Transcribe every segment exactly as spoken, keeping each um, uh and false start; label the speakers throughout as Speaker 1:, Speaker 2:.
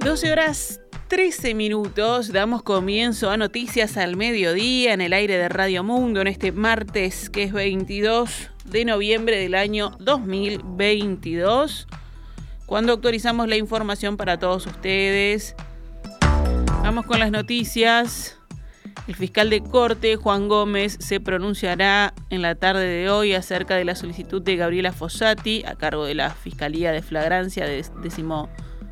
Speaker 1: doce horas trece minutos, damos comienzo a Noticias al Mediodía en el aire de Radio Mundo en este martes que es veintidós de noviembre del año dos mil veintidós, cuando actualizamos la información para todos ustedes. Vamos con las noticias. El fiscal de Corte, Juan Gómez, se pronunciará en la tarde de hoy acerca de la solicitud de Gabriela Fossati a cargo de la Fiscalía de Flagrancia de décimo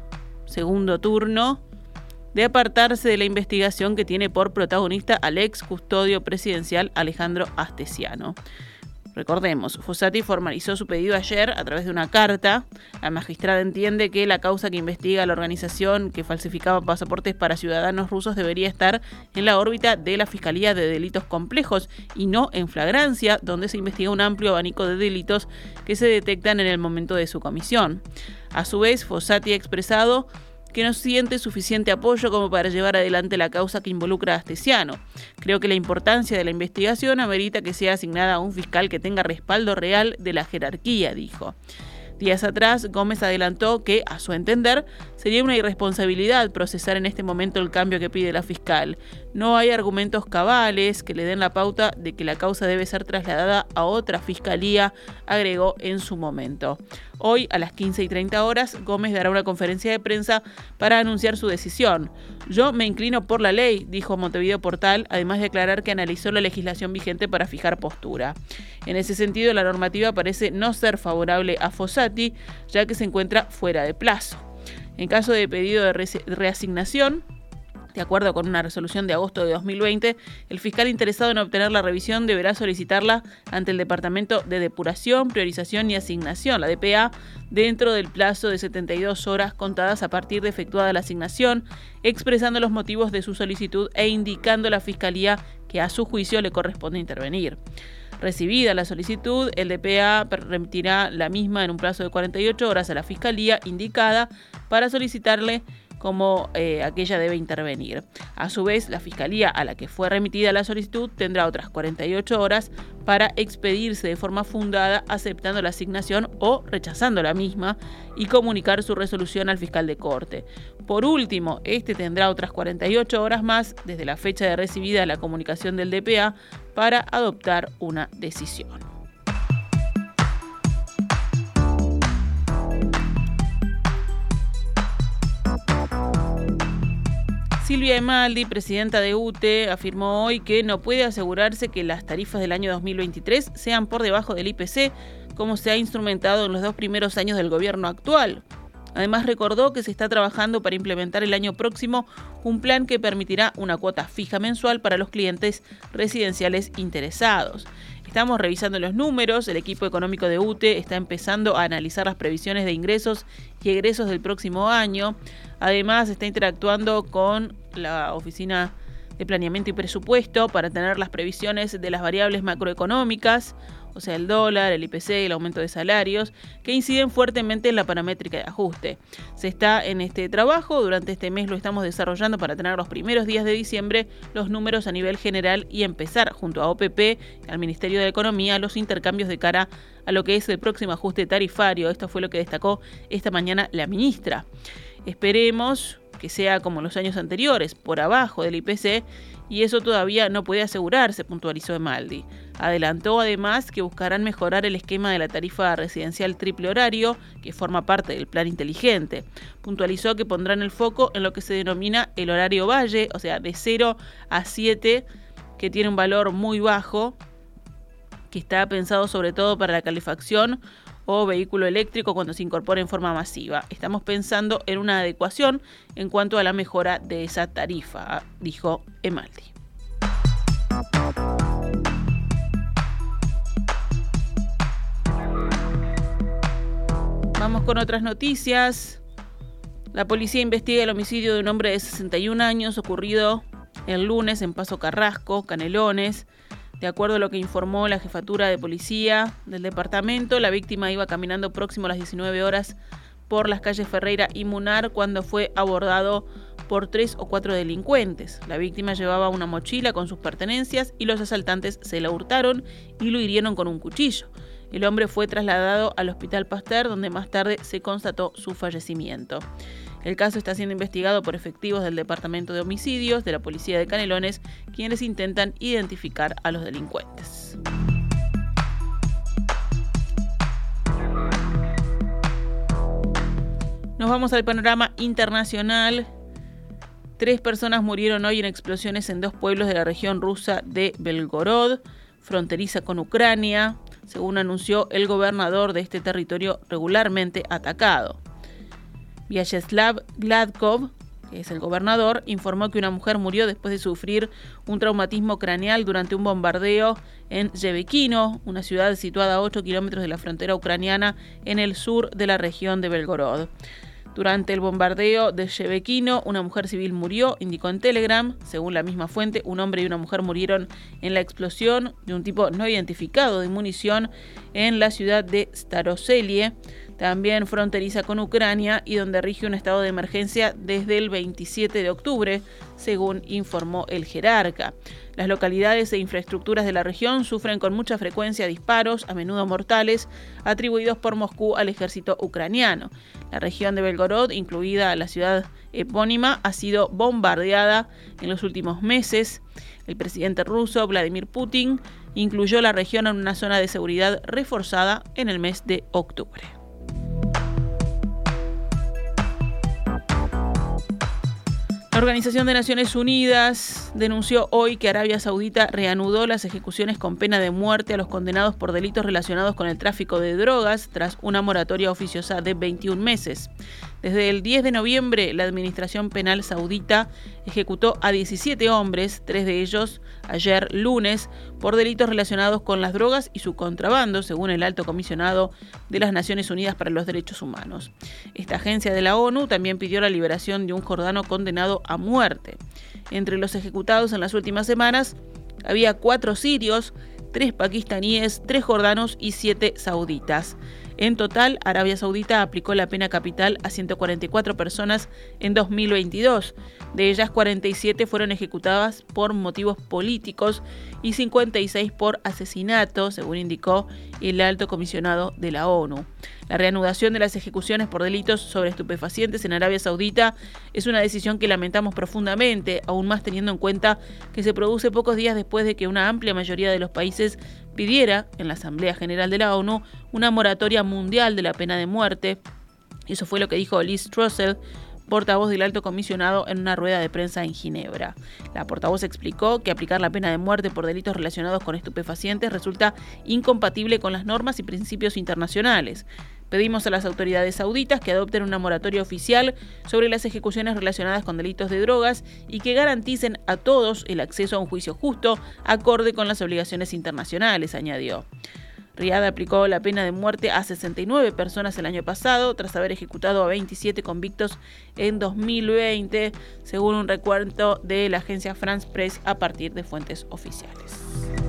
Speaker 1: segundo turno, de apartarse de la investigación que tiene por protagonista al ex custodio presidencial Alejandro Astesiano. Recordemos, Fossati formalizó su pedido ayer a través de una carta. La magistrada entiende que la causa que investiga a la organización que falsificaba pasaportes para ciudadanos rusos debería estar en la órbita de la Fiscalía de Delitos Complejos y no en Flagrancia, donde se investiga un amplio abanico de delitos que se detectan en el momento de su comisión. A su vez, Fossati ha expresado que no siente suficiente apoyo como para llevar adelante la causa que involucra a Astesiano. Creo que la importancia de la investigación amerita que sea asignada a un fiscal que tenga respaldo real de la jerarquía, dijo. Días atrás, Gómez adelantó que, a su entender, sería una irresponsabilidad procesar en este momento el cambio que pide la fiscal. No hay argumentos cabales que le den la pauta de que la causa debe ser trasladada a otra fiscalía, agregó en su momento. Hoy, a las quince y treinta horas, Gómez dará una conferencia de prensa para anunciar su decisión. Yo me inclino por la ley, dijo Montevideo Portal, además de aclarar que analizó la legislación vigente para fijar postura. En ese sentido, la normativa parece no ser favorable a Fossati, ya que se encuentra fuera de plazo. En caso de pedido de re- reasignación, de acuerdo con una resolución de agosto de dos mil veinte, el fiscal interesado en obtener la revisión deberá solicitarla ante el Departamento de Depuración, Priorización y Asignación, la D P A, dentro del plazo de setenta y dos horas contadas a partir de efectuada la asignación, expresando los motivos de su solicitud e indicando a la Fiscalía que a su juicio le corresponde intervenir. Recibida la solicitud, el D P A remitirá la misma en un plazo de cuarenta y ocho horas a la Fiscalía indicada para solicitarle cómo eh, aquella debe intervenir. A su vez, la Fiscalía a la que fue remitida la solicitud tendrá otras cuarenta y ocho horas para expedirse de forma fundada aceptando la asignación o rechazando la misma y comunicar su resolución al fiscal de Corte. Por último, este tendrá otras cuarenta y ocho horas más desde la fecha de recibida la comunicación del D P A para adoptar una decisión. Silvia Emaldi, presidenta de U T E, afirmó hoy que no puede asegurarse que las tarifas del año dos mil veintitrés sean por debajo del I P C, como se ha instrumentado en los dos primeros años del gobierno actual. Además, recordó que se está trabajando para implementar el año próximo un plan que permitirá una cuota fija mensual para los clientes residenciales interesados. Estamos revisando los números, el equipo económico de U T E está empezando a analizar las previsiones de ingresos y egresos del próximo año. Además, está interactuando con la Oficina de Planeamiento y Presupuesto para tener las previsiones de las variables macroeconómicas, o sea, el dólar, el I P C, el aumento de salarios, que inciden fuertemente en la paramétrica de ajuste. Se está en este trabajo, durante este mes lo estamos desarrollando para tener los primeros días de diciembre los números a nivel general y empezar junto a O P P, al Ministerio de Economía, los intercambios de cara a lo que es el próximo ajuste tarifario. Esto fue lo que destacó esta mañana la ministra. Esperemos que sea como los años anteriores, por abajo del I P C, y eso todavía no puede asegurarse, puntualizó Emaldi. Adelantó además que buscarán mejorar el esquema de la tarifa residencial triple horario, que forma parte del plan inteligente. Puntualizó que pondrán el foco en lo que se denomina el horario valle, o sea, de cero a siete, que tiene un valor muy bajo, que está pensado sobre todo para la calefacción o vehículo eléctrico cuando se incorpora en forma masiva. Estamos pensando en una adecuación en cuanto a la mejora de esa tarifa, dijo Emaldi. Vamos con otras noticias. La policía investiga el homicidio de un hombre de sesenta y un años ocurrido el lunes en Paso Carrasco, Canelones. De acuerdo a lo que informó la jefatura de policía del departamento, la víctima iba caminando próximo a las diecinueve horas por las calles Ferreira y Munar cuando fue abordado por tres o cuatro delincuentes. La víctima llevaba una mochila con sus pertenencias y los asaltantes se la hurtaron y lo hirieron con un cuchillo. El hombre fue trasladado al Hospital Pasteur, donde más tarde se constató su fallecimiento. El caso está siendo investigado por efectivos del Departamento de Homicidios de la Policía de Canelones, quienes intentan identificar a los delincuentes. Nos vamos al panorama internacional. Tres personas murieron hoy en explosiones en dos pueblos de la región rusa de Belgorod, fronteriza con Ucrania, según anunció el gobernador de este territorio regularmente atacado. Vyacheslav Gladkov, que es el gobernador, informó que una mujer murió después de sufrir un traumatismo craneal durante un bombardeo en Shebekino, una ciudad situada a ocho kilómetros de la frontera ucraniana en el sur de la región de Belgorod. Durante el bombardeo de Shebekino, una mujer civil murió, indicó en Telegram. Según la misma fuente, un hombre y una mujer murieron en la explosión de un tipo no identificado de munición en la ciudad de Staroselie, también fronteriza con Ucrania y donde rige un estado de emergencia desde el veintisiete de octubre, según informó el jerarca. Las localidades e infraestructuras de la región sufren con mucha frecuencia disparos, a menudo mortales, atribuidos por Moscú al ejército ucraniano. La región de Belgorod, incluida la ciudad epónima, ha sido bombardeada en los últimos meses. El presidente ruso, Vladimir Putin, incluyó la región en una zona de seguridad reforzada en el mes de octubre. La Organización de Naciones Unidas denunció hoy que Arabia Saudita reanudó las ejecuciones con pena de muerte a los condenados por delitos relacionados con el tráfico de drogas tras una moratoria oficiosa de veintiún meses. Desde el diez de noviembre, la Administración Penal Saudita ejecutó a diecisiete hombres, tres de ellos ayer lunes, por delitos relacionados con las drogas y su contrabando, según el Alto Comisionado de las Naciones Unidas para los Derechos Humanos. Esta agencia de la ONU también pidió la liberación de un jordano condenado a muerte. Entre los ejecutados en las últimas semanas había cuatro sirios, tres pakistaníes, tres jordanos y siete sauditas. En total, Arabia Saudita aplicó la pena capital a ciento cuarenta y cuatro personas en dos mil veintidós. De ellas, cuarenta y siete fueron ejecutadas por motivos políticos y cincuenta y seis por asesinato, según indicó el Alto Comisionado de la ONU. La reanudación de las ejecuciones por delitos sobre estupefacientes en Arabia Saudita es una decisión que lamentamos profundamente, aún más teniendo en cuenta que se produce pocos días después de que una amplia mayoría de los países pidiera en la Asamblea General de la ONU una moratoria mundial de la pena de muerte. Eso fue lo que dijo Liz Trussell, portavoz del Alto Comisionado, en una rueda de prensa en Ginebra. La portavoz explicó que aplicar la pena de muerte por delitos relacionados con estupefacientes resulta incompatible con las normas y principios internacionales. Pedimos a las autoridades sauditas que adopten una moratoria oficial sobre las ejecuciones relacionadas con delitos de drogas y que garanticen a todos el acceso a un juicio justo, acorde con las obligaciones internacionales, añadió. Riad aplicó la pena de muerte a sesenta y nueve personas el año pasado, tras haber ejecutado a veintisiete convictos en dos mil veinte, según un recuento de la agencia France Press a partir de fuentes oficiales.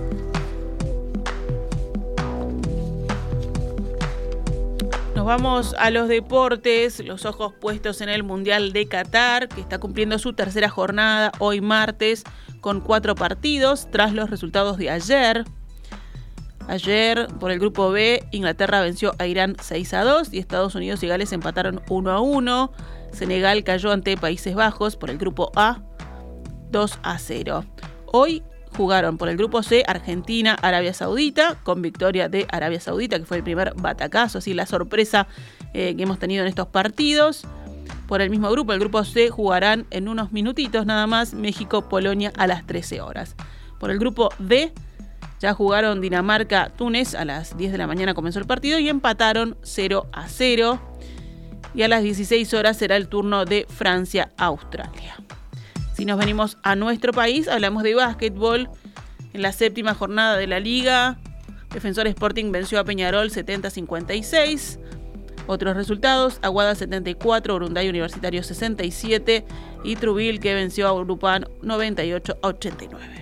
Speaker 1: Nos vamos a los deportes, los ojos puestos en el Mundial de Qatar, que está cumpliendo su tercera jornada hoy martes con cuatro partidos tras los resultados de ayer. Ayer, por el grupo B, Inglaterra venció a Irán seis a dos y Estados Unidos y Gales empataron uno a uno. Senegal cayó ante Países Bajos por el grupo A dos a cero. Hoy jugaron por el grupo C Argentina, Arabia Saudita, con victoria de Arabia Saudita, que fue el primer batacazo, así la sorpresa eh, que hemos tenido en estos partidos. Por el mismo grupo, el grupo C, jugarán en unos minutitos nada más México, Polonia a las trece horas. Por el grupo D, ya jugaron Dinamarca, Túnez, a las diez de la mañana comenzó el partido y empataron cero a cero. Y a las dieciséis horas será el turno de Francia, Australia. Si nos venimos a nuestro país, hablamos de básquetbol. En la séptima jornada de la Liga, Defensor Sporting venció a Peñarol setenta a cincuenta y seis. Otros resultados: Aguada setenta y cuatro, Urunday Universitario sesenta y siete y Trubil, que venció a Urupan noventa y ocho a ochenta y nueve.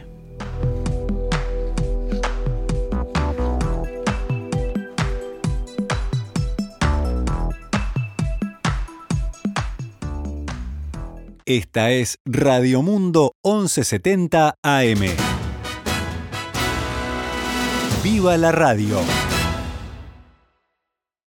Speaker 2: Esta es Radio Mundo once setenta A M. ¡Viva la radio!